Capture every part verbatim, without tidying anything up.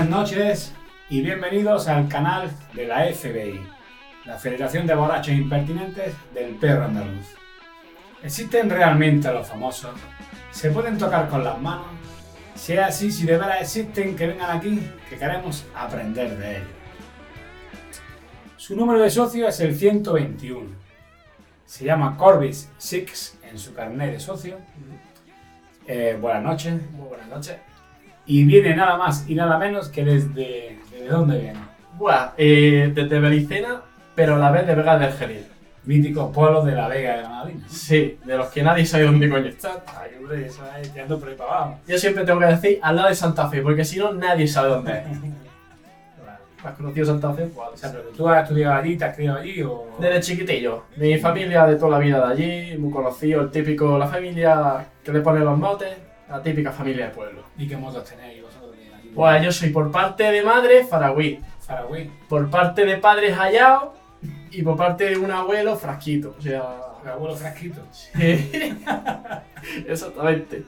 noches y bienvenidos al canal de la F B I, la Federación de Borrachos Impertinentes del Perro Andaluz. ¿Existen realmente los famosos? ¿Se pueden tocar con las manos? Si es así, si de veras existen, que vengan aquí, que queremos aprender de ellos. Su número de socio es el ciento veintiuno. Se llama Corbis Six en su carnet de socio. Eh, buenas noches. Muy buenas noches. Y viene nada más y nada menos que desde... ¿De dónde viene? Buah, eh, desde Belicena, pero a la vez de Vega del Genil. Míticos pueblos de la Vega de Granadina. Sí, de los que nadie sabe dónde coño están. Ay, hombre, eso es tirando por ahí para abajo. Yo siempre tengo que decir al lado de Santa Fe, porque si no, nadie sabe dónde es. ¿Has conocido Santa Fe? Pues, o sea, pero tú has estudiado allí, te has criado allí o... Desde chiquitillo. Mi familia de toda la vida de allí, muy conocido, el típico, la familia que le pone los motes, la típica familia de pueblo. ¿Y qué motos tenéis vosotros? Pues yo soy por parte de madre Faragüí, Faragüí. por parte de padre Hayao y por parte de un abuelo Frasquito. O sea... ¿El abuelo Frasquito? Sí. Exactamente.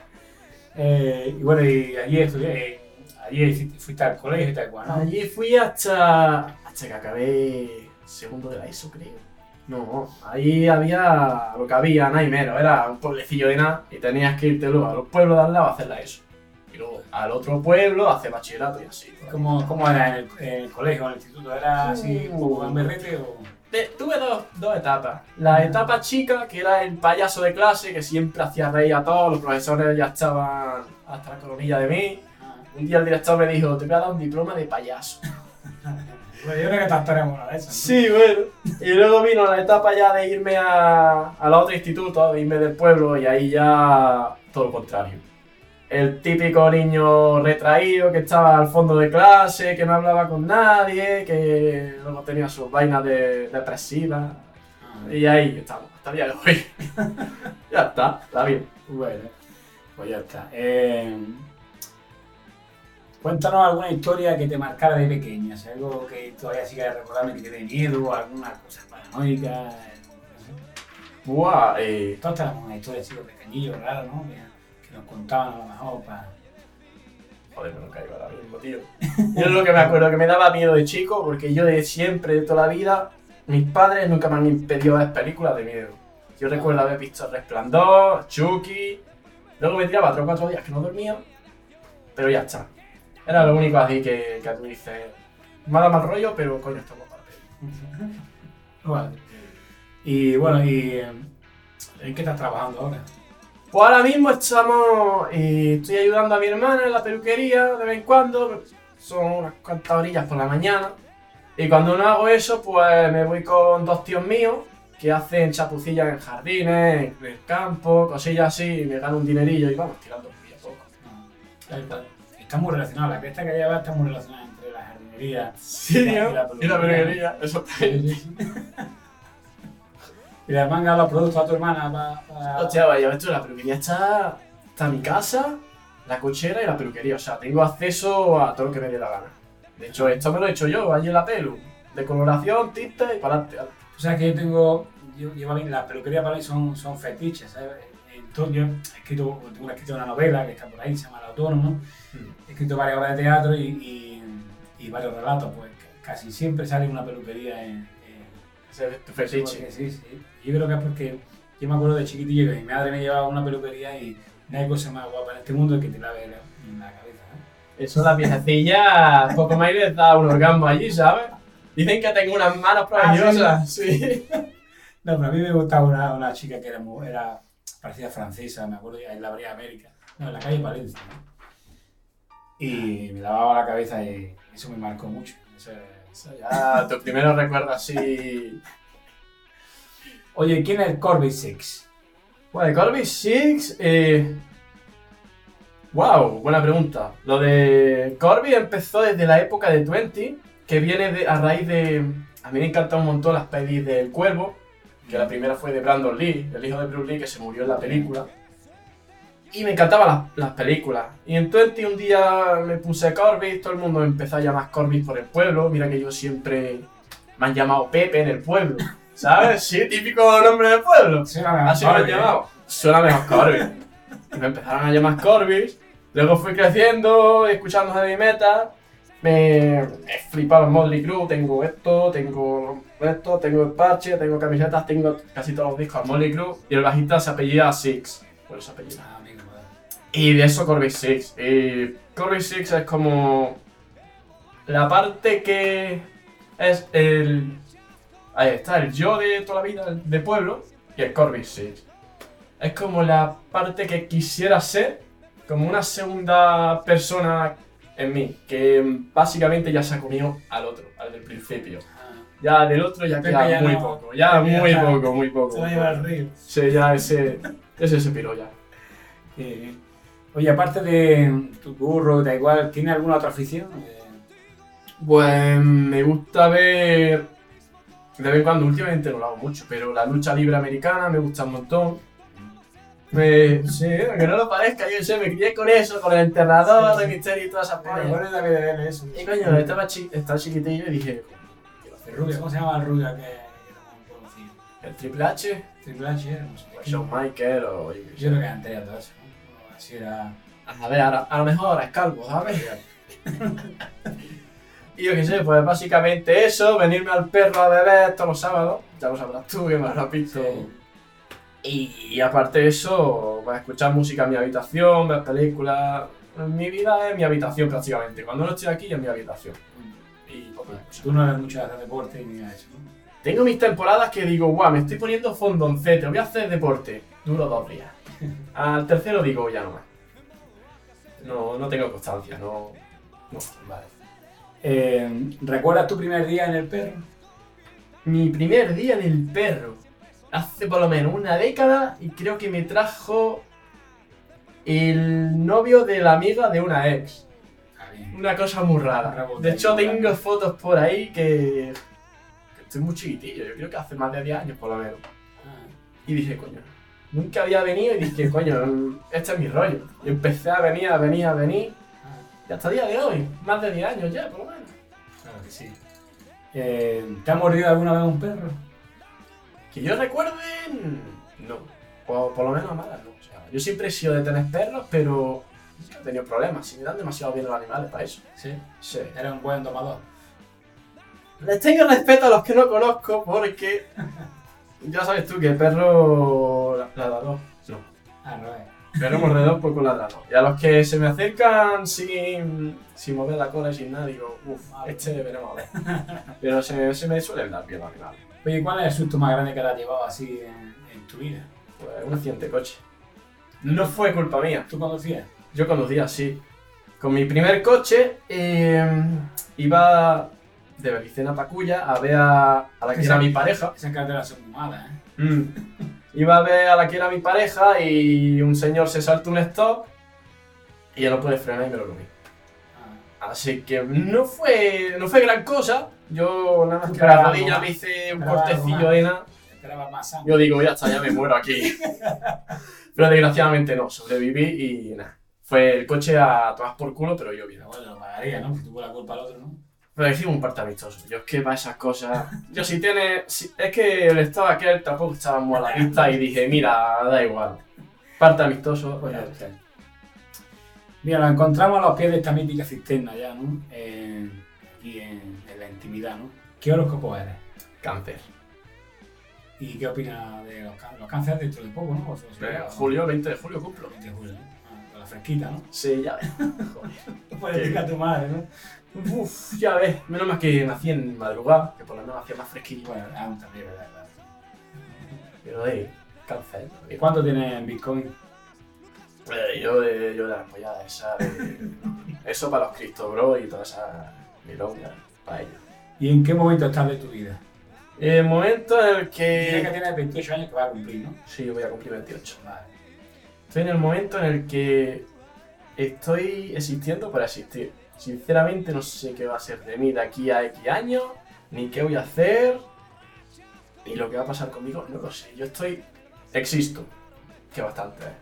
Eh, y bueno, y allí estudié, eh, allí fuiste al colegio y tal cual, ¿no? Allí fui hasta, hasta que acabé segundo de la ESO, creo. No, ahí había lo que había, nada y menos. Era un pueblecillo de nada y tenías que irte luego a los pueblos de al lado a hacer la ESO. Y luego al otro pueblo a hacer bachillerato y así. ¿Cómo, cómo era en el, en el colegio, en el instituto? ¿Era así un poco gamberrete o...? De, tuve dos, dos etapas. La etapa chica, que era el payaso de clase, que siempre hacía reír a todos, los profesores ya estaban hasta la coronilla de mí. Un día el director me dijo, te voy a dar un diploma de payaso. Bueno, yo creo que te estaremos una de esas, ¿no? Sí, bueno. Y luego vino la etapa ya de irme a, al otro instituto, de irme del pueblo, y ahí ya todo lo contrario. El típico niño retraído que estaba al fondo de clase, que no hablaba con nadie, que luego tenía sus vainas de, depresivas. Ah, y ahí estamos, hasta el día de hoy. Ya está, está bien. Bueno, pues ya está. Eh... Cuéntanos alguna historia que te marcara de pequeña, o sea, algo que todavía sigas recordando que te dé miedo, alguna cosa paranoica. No sé. Buah, eh... Todos tenemos una historia así de pequeñillo, raro, ¿no? Que, que nos contaban a lo mejor para... Joder, me lo caigo ahora mismo, tío. Yo es lo que me acuerdo, que me daba miedo de chico, porque yo de siempre, de toda la vida, mis padres nunca me han impedido ver películas de miedo. Yo recuerdo haber visto Resplandor, Chucky, luego me tiraba tres o cuatro días que no dormía, pero ya está. Era lo único así que, que tú dices, me ha dado mal rollo, pero coño, esto es parte. Vale. Y bueno, ¿y en qué estás trabajando ahora? Pues ahora mismo estamos, eh, estoy ayudando a mi hermana en la peluquería de vez en cuando, son unas cuantas orillas por la mañana. Y cuando no hago eso, pues me voy con dos tíos míos que hacen chapucillas en jardines, en el campo, cosillas así, y me gano un dinerillo y vamos tirando poquillo a poco. Ah, está muy relacionada, la fiesta que lleva está muy relacionada entre la jardinería sí, y, la, y, la y la peluquería. Eso está bien. Sí, sí. Y le han mandado los productos a tu hermana para... para... Hostia, vaya, esto, la peluquería está, está mi casa, la cochera y la peluquería. O sea, tengo acceso a todo lo que me dé la gana. De hecho, esto me lo he hecho yo, allí en la pelu. Decoloración, tinte y para adelante. O sea, que yo tengo... Yo, yo, la peluquería para mí son, son fetiches, ¿sabes? Entonces, yo he escrito, tengo escrito una novela que está por ahí, se llama El Autónomo. Mm. He escrito varias obras de teatro y, y, y varios relatos, pues casi siempre sale una peluquería en... Ese es tu fetiche. Sí, sí. Yo creo que es porque yo me acuerdo de chiquitillo que mi madre me llevaba a una peluquería y no hay cosa más guapa en este mundo que te lave la, la cabeza, ¿no? Eso, la piececilla, poco más y les da un orgasmo allí, ¿sabes? Dicen que tengo unas manos prodigiosas. Ah, ¿sí? Sí. No, pero a mí me gustaba una, una chica que era, muy, era parecida francesa, me acuerdo, en la Avenida América, no, en la calle Palencia, ¿no? Y me lavaba la cabeza y eso me marcó mucho. Eso, eso ya, tu primero recuerdo así... Oye, ¿quién es Corbis Six? Bueno, Corbis Six, eh... wow, buena pregunta. Lo de Corbis empezó desde la época de veinte, que viene de, a raíz de... A mí me encantan un montón las pelis del Cuervo, que la primera fue de Brandon Lee, el hijo de Bruce Lee, que se murió en la película. Y me encantaban las, las películas. Y en veinte un día me puse Corbis, todo el mundo me empezó a llamar Corbis por el pueblo. Mira que yo siempre me han llamado Pepe en el pueblo, ¿sabes? Sí, típico nombre del pueblo. Suena así me han llamado. Suena mejor Corbis. Y me empezaron a llamar Corbis. Luego fui creciendo, escuchando heavy metal. Me he flipado los Motley Crue, tengo esto, tengo esto, tengo el parche, tengo camisetas, tengo casi todos los discos de Motley Crue y el bajista se apellida Six, por ese apellido. Ah, amigo, vale. Y de eso Corby Six. Y Corby Six es como la parte que es el... Ahí está, el yo de toda la vida de pueblo y el Corby Six. Es como la parte que quisiera ser, como una segunda persona en mí, que básicamente ya se ha comido al otro, al del principio. Ah, Ya del otro ya Pepe queda ya muy no- poco, ya Pepe ya muy está- poco, muy poco. se va a llevar el río. Sí, ya ese, ese se piró ya. Eh, oye, aparte de tu burro, da igual, ¿tienes alguna otra afición? Eh, Pues me gusta ver, de vez en cuando, últimamente no lo hago mucho, pero la lucha libre americana me gusta un montón. Me, sí, aunque no lo parezca, yo sé, me crié con eso, con el enterrador, Sí, sí. de misterio y todas esas me pollas. acuerdo también de él eso. Y coño, estaba, chi estaba chiquitillo y dije, El rubio, ¿cómo se llama el rubio que, que era muy conocido? el Triple H, Triple H era, no sé. pues Shawn Michaels o yo qué sé. Yo creo que antes era todo eso, ¿no? Así era. A ver, a, a lo mejor ahora es calvo, ¿sabes? Y yo qué sé, pues básicamente eso, venirme al perro a beber todos los sábados, ya lo sabrás tú que me lo has visto. Y aparte de eso, pues escuchar música en mi habitación, ver películas. Mi vida es mi habitación prácticamente. Cuando no estoy aquí es mi habitación. Y poco más. Tú no eres mucho de hacer deporte ni nada de eso, ¿no? Tengo mis temporadas que digo, guau, me estoy poniendo fondoncete, voy a hacer deporte. Duro dos días. Al tercero digo, ya no más. No, no tengo constancia, no. No. Vale. Eh, ¿Recuerdas tu primer día en el perro? Mi primer día en el perro. Hace por lo menos una década y creo que me trajo el novio de la amiga de una ex. Ah, bien. Una cosa muy rara. Rebote, De hecho, rebote. tengo fotos por ahí que, que estoy muy chiquitillo. Yo creo que hace más de diez años por lo menos. Ah, Y dije, coño, nunca había venido y dije, coño, este es mi rollo. Y empecé a venir, a venir, a venir. ah, Y hasta el día de hoy, más de diez años ya, por lo menos. claro que sí. Eh, ¿Te ha mordido alguna vez un perro? Que yo recuerde, no. O por lo menos a malas no. O sea, yo siempre he sido de tener perros, pero nunca he tenido problemas. Si me dan demasiado bien los animales para eso. Sí. Sí. Eres un buen domador. Les tengo respeto a los que no conozco porque ya sabes tú que el perro ladrador. No. Ah, no es. Perro mordedor poco ladrador. Y a los que se me acercan sin, sin mover la cola y sin nada, digo, uff, este veremos a ver. Pero se, se me suelen dar bien los animales. Oye, ¿cuál es el susto más grande que te has llevado así en, en tu vida? Pues un accidente de coche. No fue culpa mía. ¿Tú conducías? Yo conducía así. Con mi primer coche eh, iba de Belicena a Paculla a ver a, a la que era mi pareja. Esas carreteras son muy malas, ¿eh? Mm. Iba a ver a la que era mi pareja y un señor se saltó un stop y yo no pude frenar y me lo comí. Ah, Así que no fue, no fue gran cosa. Yo nada más Tú que la esperabas rodilla algo me más. hice un Esperabas algo cortecillo más. de nada. esperaba más sangre. Yo digo, ya está, ya me muero aquí. Pero desgraciadamente no, sobreviví y nada. Fue el coche a todas por culo, pero yo bien. Pero bueno, lo pagaría, ¿no? Si tuvo la culpa al otro, ¿no? Pero hicimos un parte amistoso. Yo es que para esas cosas. Yo si tiene. Si, es que el estado aquel tampoco estaba muy a la vista y dije, mira, da igual. Parte amistoso, pues ya está. Mira, nos encontramos a los pies de esta mítica cisterna ya, ¿no? Eh, aquí en, en la intimidad, ¿no? ¿Qué horóscopo eres? Cáncer. ¿Y qué opinas de los, can- los cánceres dentro de poco, ¿no? O sea, Eh, o- julio, veinte de julio cumplo. veinte de julio, ¿no? Ah, con la fresquita, ¿no? Sí, ya ves. Joder. Puedes decir a tu madre, ¿no? Uf, ya ves. Menos mal que nací en madrugada, que por lo menos hacía más fresquillo. Bueno, aún también, ¿verdad? ¿verdad? Pero eh, cáncer. ¿Y cuánto tienes en Bitcoin? Eh, yo de, yo de la pollada esa, de, eso para los Cristo Bro y toda esa milonga, para ellos. ¿Y en qué momento estás de tu vida? El momento en el Dices que que... tienes veintiocho años que vas a cumplir, ¿no? Sí, yo voy a cumplir veintiocho. Vale. Estoy en el momento en el que estoy existiendo para existir. Sinceramente no sé qué va a ser de mí de aquí a X años, ni qué voy a hacer, ni lo que va a pasar conmigo, no lo sé. Yo estoy... existo, que bastante es.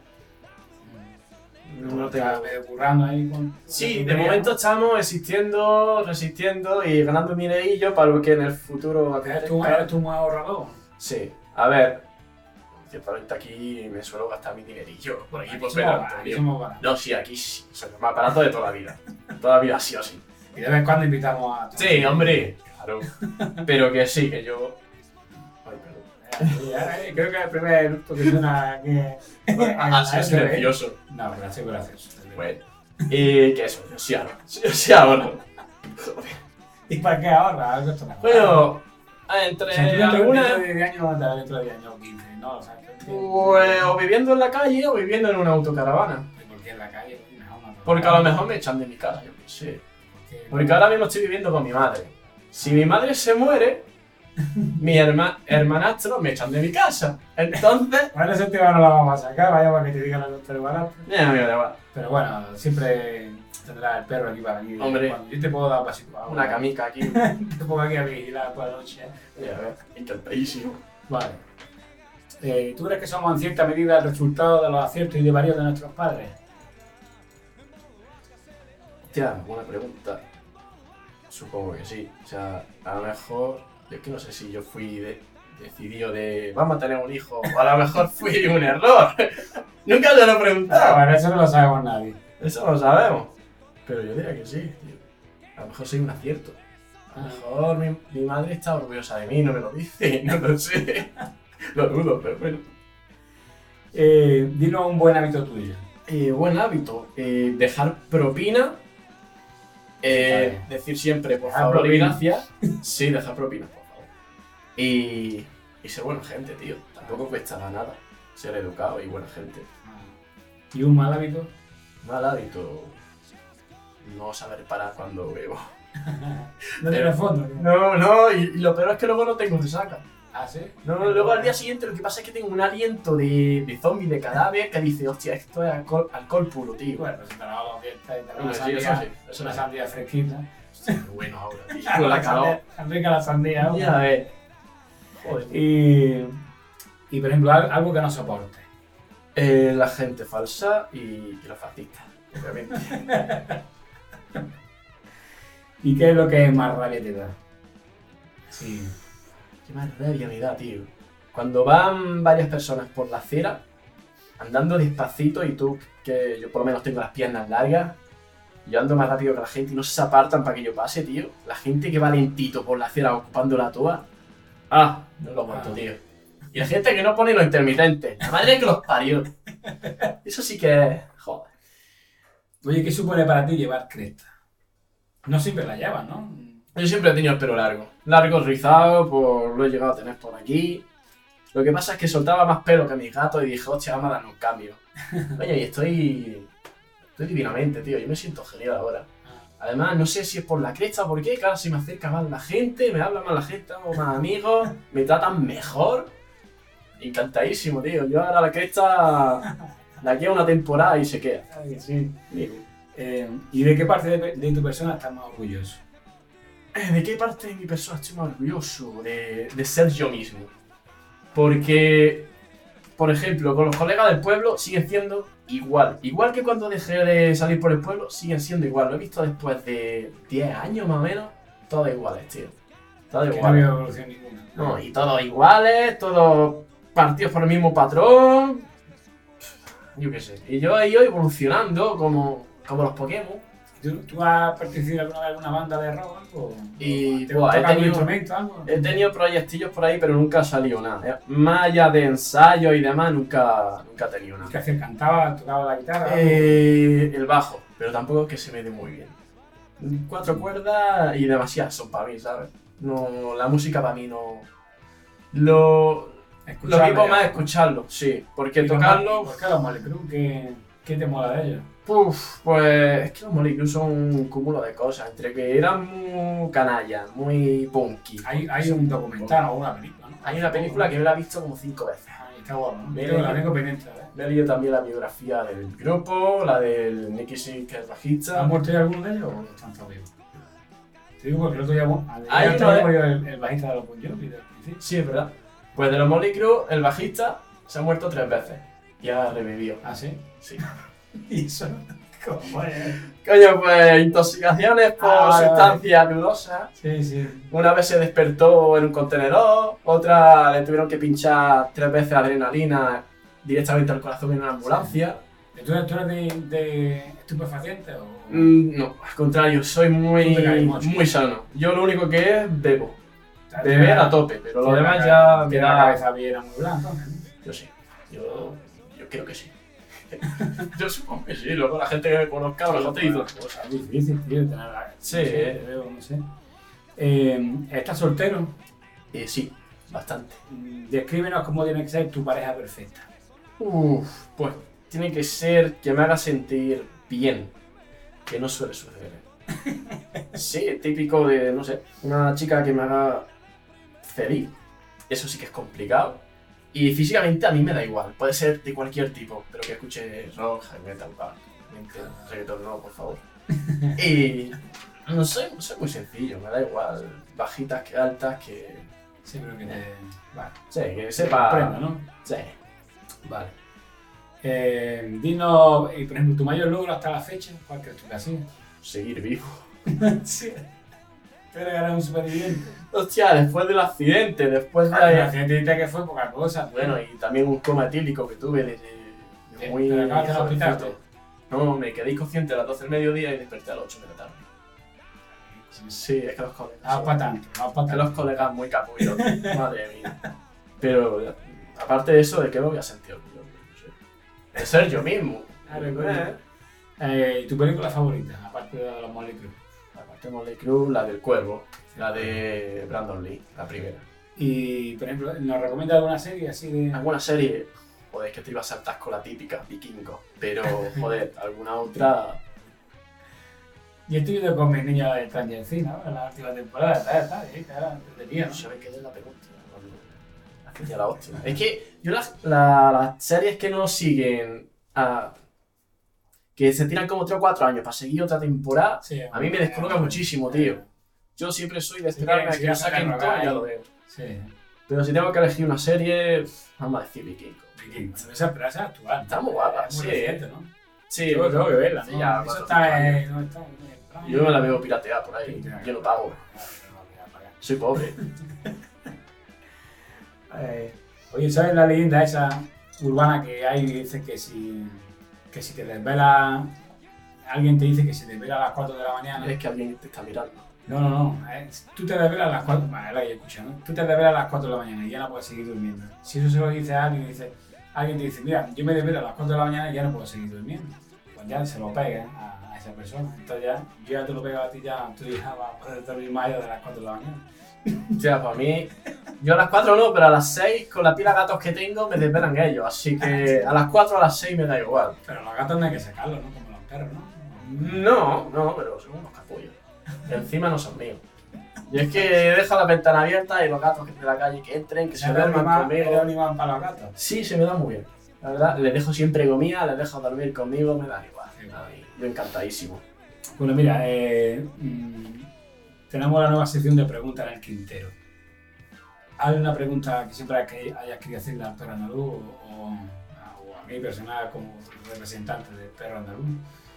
No, No te tengo- vas medio currando ahí con... Sí, con de tu momento vida, estamos existiendo, resistiendo y ganando un dinerillo para lo que en el futuro ¿no? ¿Eres tú, acontezca. eres tú muy ahorrador? Sí, a ver, ciertamente aquí me suelo gastar mi dinerillo por aquí por Aquí ver somos- a aquí Antonio. somos baratos. No, sí, aquí sí, soy el más barato de toda la vida. Toda la vida sí o sí. Y de vez en cuando invitamos a... Sí, hombre, claro. Pero que sí, que yo... Ay, perdón. Eh, Creo que el primer eructo que suena aquí... Ah, sí, silencioso. No, pero sí, gracioso. Bueno. Y que eso, yo sí ahorro. Yo sí ahorro. ¿Y para qué ahorra? Algo esto mejor. Bueno, O entre sea, tú dentro, algunas... dentro de diez años, ¿dónde estarás dentro de diez años o quince? ¿No? O sea, que- Pues o viviendo en la calle o viviendo en una autocaravana. ¿Por qué en la calle? Mejor no. Porque a lo mejor me echan de mi casa, yo qué sé. Porque- Porque ahora mismo estoy viviendo con mi madre. Si mi madre se muere, mi herma hermanastro me echan de mi casa. Entonces... Bueno, ese tema no lo vamos a sacar, vaya para que te digan la tontería barata. Ya, mira, da igual. Pero bueno, siempre tendrás el perro aquí para venir. Hombre. Cuando yo te puedo dar pasico. agua. Una camica aquí. Te pongo aquí a vigilar por la noche. Ya, a ver, encantadísimo. Vale. Eh, ¿Tú crees que somos en cierta medida el resultado de los aciertos y desvaríos de nuestros padres? Hostia, buena pregunta. Supongo que sí. O sea, a lo mejor... Yo es que no sé si yo fui de, decidido de... Vamos a tener un hijo. O a lo mejor fui un error. Nunca te lo he Ah, preguntado. bueno, eso no lo sabemos nadie. Eso lo sabemos. Pero yo diría que sí, tío. A lo mejor soy un acierto. A lo mejor mi, mi madre está orgullosa de mí, no me lo dice, no lo sé. Lo dudo, pero bueno. Eh, dinos un buen hábito tuyo. Eh, buen hábito. Eh, dejar propina. Eh, Vale. decir siempre, por Dejar favor, y propina. gracias. Sí, dejar propina, por favor. Y, y ser buena gente, tío. Tampoco cuesta nada ser educado y buena gente. ¿Y un mal hábito? Mal hábito. No saber parar cuando bebo. No tiene fondo. ¿no? No, no, y, y lo peor es que luego no tengo resaca. ¿Ah, sí? No, luego al día siguiente lo que pasa es que tengo un aliento de, de zombie, de cadáver, que dice, hostia, esto es alcohol, alcohol puro, tío. Bueno, pues si te lavas los dientes y te lavas Hombre, una sí, sandía, eso sí, eso una sí. sandía fresquita. Qué bueno ahora, tío. Con la calor. Tan rica la sandía. ¿no? Ya ves. Joder. Y, y, por ejemplo, al- algo que no soporte. Eh, la gente falsa y, y los fascistas, obviamente. ¿Y qué es lo que más rabia te da? Sí. Qué más rabia me da, tío. Cuando van varias personas por la acera, andando despacito y tú, que yo por lo menos tengo las piernas largas, yo ando más rápido que la gente y no se apartan para que yo pase, tío. La gente que va lentito por la acera ocupándola toda. Ah, no lo aguanto, tío. Y la gente que no pone los intermitentes. La madre que los parió. Eso sí que es... Joder. Oye, ¿qué supone para ti llevar cresta? No siempre la llevas, ¿no? Yo siempre he tenido el pelo largo. Largo, rizado, pues lo he llegado a tener por aquí. Lo que pasa es que soltaba más pelo que mis gatos y dije, hostia, vamos a darle un cambio. Oye, y estoy... Estoy divinamente, tío. Yo me siento genial ahora. Además, no sé si es por la cresta o por qué, claro, se me acerca más la gente, me habla más la gente, hago más amigos, me tratan mejor. Encantadísimo, tío. Yo ahora la cresta la quiero una temporada y se queda. Claro que sí. Eh, ¿Y de qué parte de, de tu persona estás más orgulloso? Eh, ¿De qué parte de mi persona estoy más orgulloso? De, de ser yo mismo. Porque, por ejemplo, con los colegas del pueblo siguen siendo igual. Igual que cuando dejé de salir por el pueblo, siguen siendo igual. Lo he visto después de diez años más o menos. Todos iguales, tío. Todos Que no iguales. había evolución ninguna. No, y todos iguales, todos partidos por el mismo patrón. Yo qué sé. Y yo he ido evolucionando como, como los Pokémon. ¿Tú, tú has participado alguna vez en alguna banda de rock o algo? Y, ¿Te buah, toca he algún tenido- instrumento algo? He tenido proyectillos por ahí, pero nunca ha salido nada. ¿eh? Más allá de ensayos y demás, nunca, nunca he tenido nada. ¿Qué hacías? ¿Cantaba? ¿Tocaba la guitarra? Eh, el bajo, pero tampoco es que se me dé muy bien. Cuatro cuerdas y demasiadas son para mí, ¿sabes? No, la música para mí no... Lo, lo Escucharla vivo ya. más escucharlo, sí. Porque ¿Y los tocarlo... Mole- ¿Por qué los Molecru? ¿Qué, ¿Qué te mola de ellos? Uf, pues es que los Molicru son un cúmulo de cosas. Entre que eran muy canallas, muy punky. Hay, hay un documental o una película, ¿no? Hay una película que me la he visto como cinco veces. Ay, está guapo, ¿no? Me Yo la leí- tengo pendiente, ¿eh? Me he leído también la biografía del grupo, la del Nicky Six, que es ¿Ha bajista. muerto ya alguno de ellos o están todos vivos? Te digo porque el otro día mu- al Hay día uno de- murió el, el bajista de los Bon Jovi del principio. Sí, es verdad. Pues de los Motley Crue, el bajista se ha muerto tres veces. Y ha revivido. ¿Ah, sí? Sí. ¿Y eso? ¿Cómo es? Coño, pues intoxicaciones por Ah, vale, sustancias dudosas. Sí, sí. Una vez se despertó en un contenedor, otra le tuvieron que pinchar tres veces adrenalina directamente al corazón en una ambulancia. ¿Tú eres, tú eres de, de estupefacientes o...? Mm, no, al contrario, soy Tú te muy, caes mucho. muy sano. Yo lo único que es bebo. O sea, Beber tiene- a tope, pero lo tiene demás la ya ca- me tiene la da... cabeza bien amueblada, entonces, ¿no? Yo sí, yo, yo creo que sí. Yo supongo que sí, luego la gente que me conozca a lo mejor te dice otra cosa. Es difícil, tío, tener la... Sí, no sé, eh. te veo, no sé. Eh, ¿Estás soltero? Eh, sí, bastante. Mm, Descríbenos cómo tiene que ser tu pareja perfecta. Uf, pues tiene que ser que me haga sentir bien, que no suele suceder. Sí, típico de, no sé, una chica que me haga feliz. Eso sí que es complicado. Y físicamente a mí me da igual, puede ser de cualquier tipo, pero que escuche rock, heavy metal, punk, reggaeton no, por favor. Y no sé, soy muy sencillo, me da igual, bajitas que altas, que... Sí, pero que te... Vale. Sí, que sepa... Aprenda, ¿no? Sí. Vale. Eh, dinos, y, por ejemplo, tu mayor logro hasta la fecha, ¿cuál crees tú que ha sido? Seguir vivo. Sí. ¿Tú eres un superviviente? Hostia, después del accidente, después de... Ah, el accidente dice que fue poca cosa. Bueno, y también un coma etílico que tuve de, de muy... ¿Te acabaste en el hospital? jovencito. No, me quedé inconsciente a las doce del mediodía y desperté a las ocho de la tarde. Sí, es que los colegas... Ah, para tanto, no para Es que tanto. los colegas muy capullos. Madre mía. Pero, aparte de eso, ¿de qué me voy a sentir orgulloso? No sé. De ser yo mismo. Claro, coño. Eh. Eh, ¿y tu película favorita, aparte de los Motley Crue? Aparte de Motley Crue, la del Cuervo, la de Brandon Lee, la primera. Y, por ejemplo, ¿nos recomiendas alguna serie así de...? ¿Alguna serie? Joder, es que te iba a saltar con la típica, Vikingo. Pero, joder, alguna otra... Yo estoy viendo con mis niños de Stranger Things, ¿no? En la última temporada, está, está, está, está entretenido, ¿no? Yo me quedé en la penúltima. Hace ya la hostia. Es que yo las, la- las series que no siguen a... que se tiran como tres o cuatro años para seguir otra temporada, Sí, a mí me descoloca muchísimo, tío. Yo siempre soy de Sí, esperarme sí, a que lo sí, saquen sí, todo y sí. ya lo veo. Sí. Pero si tengo que elegir una serie, vamos a decir Vikingo. Vikings. Esa pero esa es actual. Está muy guapa, Es muy sí. reciente, ¿no? Sí, Yo tengo que verla, sí, ¿no? ya, Eso cuatro, está cinco en... años. No, está en... yo me la veo pirateada por ahí, yo no pago. Soy pobre. Eh, oye, ¿sabes la leyenda esa urbana que hay? Dice que si, que si te desvela, alguien te dice que si te desvela a las cuatro de la mañana. Es que alguien te está mirando. No, no, no. eh, tú te desvelas a las cuatro. Vale, la que escucha, ¿no? Tú te desvelas a las cuatro de la mañana y ya no puedes seguir durmiendo. Si eso se lo dice a alguien, dice, alguien te dice, mira, yo me desvelo a las cuatro de la mañana y ya no puedo seguir durmiendo. Pues ya se lo pega a, a esa persona. Entonces ya, yo ya te lo pego a ti, ya tú ya vas a poder dormir más allá de las cuatro de la mañana. O sea, para mí, yo a las cuatro no, pero a las seis, con la pila de gatos que tengo, me desvelan ellos. Así que a las cuatro o a las seis me da igual. Pero los gatos no hay que sacarlos, ¿no? Como los perros, ¿no? No, no, pero son unos capullos. Y encima no son míos. Y es que dejo la ventana abierta y los gatos de la calle que entren, que se ¿Eres duerman animal, conmigo. eres animal para los gatos? Sí, se me da muy bien. La verdad, les dejo siempre comida, les dejo dormir conmigo, me da igual. Qué guay. Ay, yo encantadísimo. Bueno, mira, eh, mm, tenemos la nueva sección de preguntas en el Quintero. ¿Hay una pregunta que siempre hay- hayas querido hacerle al perro andaluz o, o a- o a mí personal como representante del perro andaluz?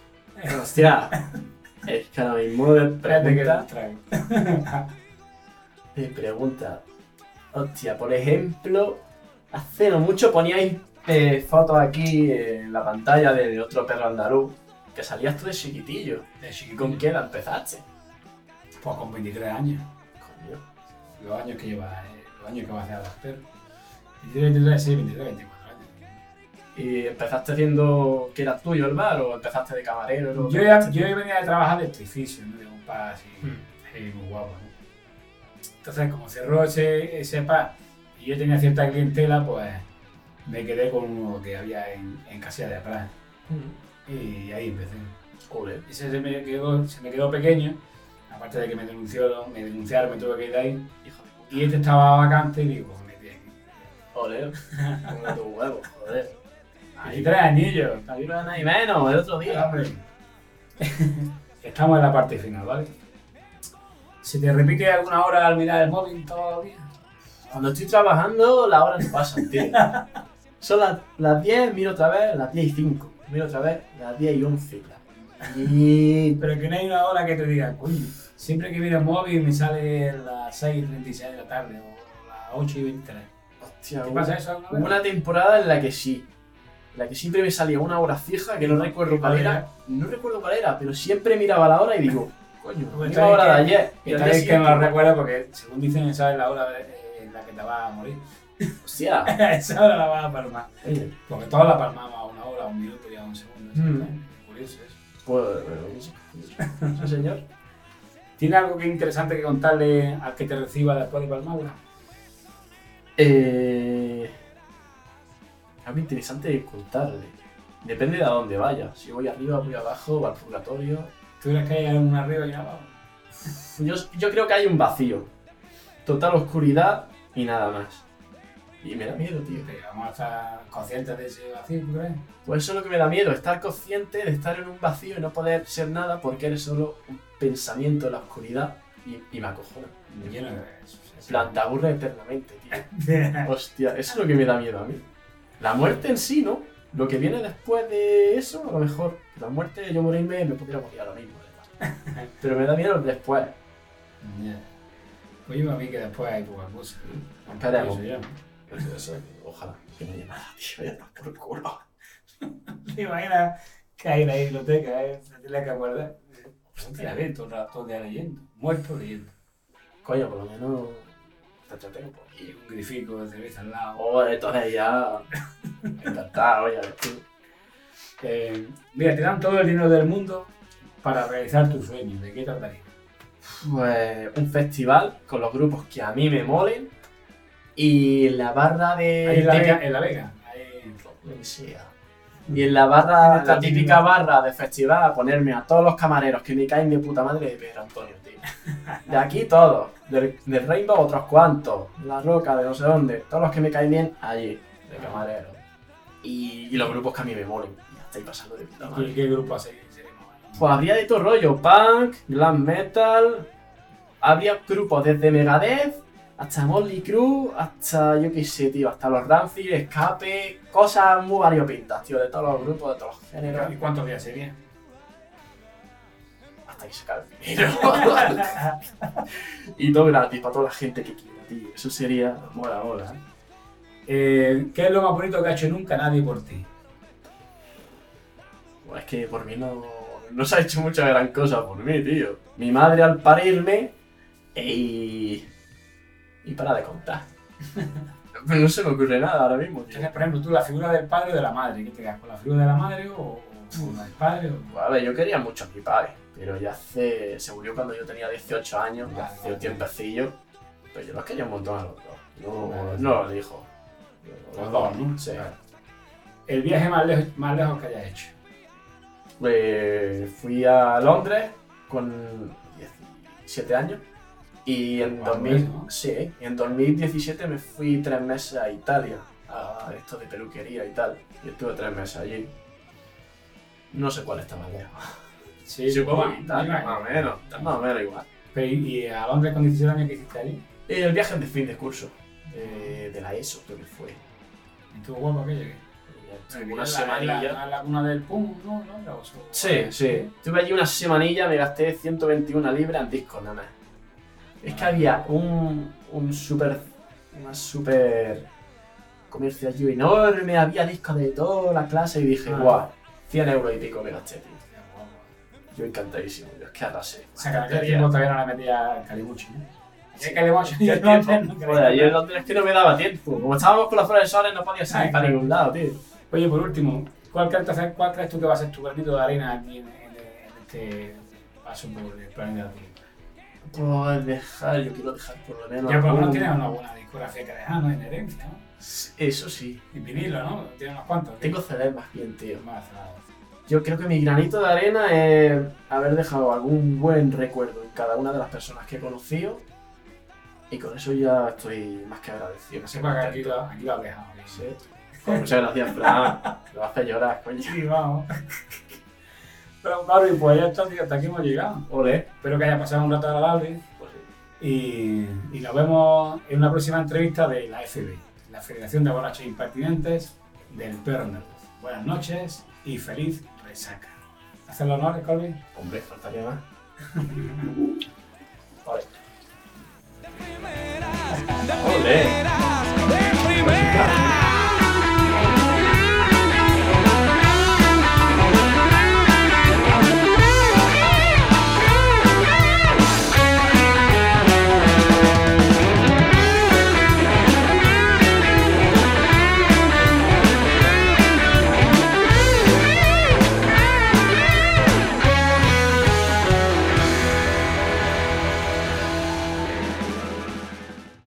Hostia, es que ahora mismo de Espérate que pregunta, te traigo. de pregunta. Hostia, por ejemplo, hace no mucho poníais eh, fotos aquí en la pantalla de otro perro andaluz que salías tú de chiquitillo. De chiquillo. ¿Con qué edad empezaste? Pues con veintitrés años. Coño. Los años que lleva, eh, los años que va a hacer a los perros. veintitrés, veintitrés, sí, veintitrés, veinticuatro años. ¿Y empezaste haciendo que era tuyo el bar o empezaste de camarero? ¿no? Yo, ya, yo venía de trabajar de electrificio, ¿no? De un par así, Hmm. así muy guapo, ¿no? Entonces, como cerró ese, ese par y yo tenía cierta clientela, pues me quedé con uno que había en, en Casilla de Praga. Mm. Y ahí empecé. Ole. Ese se me quedó, se me quedó pequeño, aparte de que me denunció, me denunciaron, me tuve que ir de ahí. Hijo de puta. Y este estaba vacante y digo, pues me metí aquí. Ole. Come tu huevo, joder. veintitrés anillos. Ahí no hay menos, el otro día. Hombre. Estamos en la parte final, ¿vale? ¿Se te repite alguna hora al mirar el móvil todos los días? Cuando estoy trabajando, las horas no pasan, tío. Son las, las diez, miro otra vez, las diez y cinco. Miro otra vez, las diez y once. Y... Pero que no hay una hora que te diga, coño, siempre que miro el móvil me sale las seis y treinta y seis de la tarde o las ocho y veintitrés. Hostia, ¿Qué hubo- pasa eso alguna hubo vez? una temporada en la que sí. la que siempre me salía una hora fija, que no recuerdo cuál era, no recuerdo cuál era, pero siempre miraba la hora y digo, coño, Pues la hora de que- ayer. Y Y al tal día vez que no la siguiente, recuerdo porque, según dicen, esa es la hora de- eh, en la que te vas a morir. hostia, Esa hora la vas a palmar. oye, Porque todas la palmamos a una hora, a un minuto y a un segundo. Mm. ¿sabes? Curioso eso. pues, bueno, sí, señor. ¿Tiene algo que interesante que contarle al que te reciba después de palmarla? Eh, algo interesante de contarle. Depende de a dónde vaya. Si voy arriba, voy abajo, va al purgatorio. ¿Tú crees que hay una arriba y una abajo? Yo, yo creo que hay un vacío. Total oscuridad y nada más. Y me da miedo, tío. Sí, vamos a estar conscientes de ese vacío, ¿tú crees? Pues eso es lo que me da miedo, estar consciente de estar en un vacío y no poder ser nada porque eres solo un pensamiento en la oscuridad y, y me acojona. Lleno de eso. En plan, te aburre eternamente, tío. Hostia, eso es lo que me da miedo a mí. La muerte en sí, ¿no? Lo que viene después de eso, a lo mejor. La muerte, yo morirme, me pudiera morir ahora mismo, además. Pero me da miedo el después. Ya. Pues yo a mí que después hay poca cosa. Esperemos. Eso ya. Eso, eso, ojalá que no haya nada, tío. Ya no por el culo. ¿Te imaginas que hay en la biblioteca, eh? Se tiene que guardar. Hostia, ve, todo el rato todo el día leyendo. Muerto leyendo. Coño, por lo menos te entretengo por Y aquí. un grifico de cerveza al lado. Oh, entonces ya. Encantado, ya ves tú. Eh, mira, te dan todo el dinero del mundo para realizar tus sueños. ¿De qué trataría? Pues un festival con los grupos que a mí me molen y la barra de... Ahí en la típica- Vega. En la Vega. Ahí... lo que sea. Y en la barra, Tienes la todo típica el barra de festival, a ponerme a todos los camareros que me caen de puta madre de Pedro Antonio, tío. De aquí todos, del, del Rainbow otros cuantos, de La Roca, de no sé dónde, todos los que me caen bien, allí, de camarero. Y, y los grupos que a mí me molen. Y ya estáis pasando de puta ¿Y madre. qué grupo así sería? Pues habría de todo rollo, punk, glam metal, habría grupos desde Megadeth hasta Motley Crue, hasta yo qué sé, tío, hasta los Rancid, Escape, cosas muy variopintas, tío, de todos los grupos, de todos los géneros, ¿Y cuántos días sería? hasta que se acabe el dinero. Y todo gratis para toda la gente que quiera, tío, eso sería mola, mola, ¿eh? Eh, ¿Qué es lo más bonito que ha hecho nunca nadie por ti? Pues es que por mí no, no se ha hecho mucha gran cosa por mí, tío. Mi madre al parirme y... y para de contar. Pero no se me ocurre nada ahora mismo, tío. Entonces, por ejemplo, tú la figura del padre o de la madre, ¿qué te quedas? ¿Con la figura de la madre o, o con la del padre? O... Pues, a ver, yo quería mucho a mi padre, pero ya hace... se murió cuando yo tenía dieciocho años, ya hace un tiempecillo. Pero yo los quería un montón a los dos. No, Vale. no los dijo. Los dos, ¿no? Sí. El viaje más lejos, más lejos que hayas hecho. Pues fui a Londres con diecisiete años y en, Guau, dos mil, eso, ¿no? sí, y en dos mil diecisiete me fui tres meses a Italia, a esto de peluquería y tal, y estuve tres meses allí. No sé cuál está más lejos. Sí, Supongo más- que Italia, más o menos, más o menos igual. Pero, ¿y a Londres con diecisiete años qué hiciste allí? Y el viaje de fin de curso, de, de la ESO creo que fue. ¿Estuvo guapo aquello? ¿Qué? Una En la- semanilla. En la, la laguna del Pum, ¿no? ¿No? La oso- Sí, sí. Estuve allí una semanilla, me gasté ciento veintiuna libras en discos nada más. Es que había un, un super, una super comercio allí enorme, había discos de toda la clase y dije, Ah. guau, cien euros y pico me gasté, tío. Yo encantadísimo, yo es que arrasé. O sea, que en aquel tiempo todavía no le metía Calimuchi, ¿no? Sí. Sí, Calimuchi. ¿Qué tiempo? Joder, yo en Londres es que no me daba tiempo. Como estábamos con los profesores no podía salir Ah, para claro. ningún lado, tío. Oye, por último, ¿cuál crees, cuál crees tú que va a ser tu granito de arena aquí en, en- en este paso por el planeta Tierra? Pues dejar, yo quiero dejar por lo menos. Ya por lo menos algún- tienes una buena discografía que dejar, ¿no? En herencia, ¿no? Eso sí. Y vinilo, ¿no? Tienes unos cuantos. Tengo C Ds más bien, tío. Más, nada. Yo creo que mi granito de arena es haber dejado algún buen recuerdo en cada una de las personas que he conocido. Y con eso ya estoy más que agradecido. Que sepa que aquí lo, aquí lo has dejado. bien. Sí. Pues muchas gracias, Fran. Lo hace llorar, coño. Sí, vamos. Pero, Barbie, pues ya está, tío, hasta aquí hemos llegado. Ole. Espero que haya pasado un rato agradable. Pues sí. Y, y nos vemos en una próxima entrevista de la F B, la Federación de Borrachos Impertinentes del Perro Andaluz. Buenas noches y feliz resaca. ¿Hacen los honores, Colby? Hombre, faltaría más. Vale. Ole.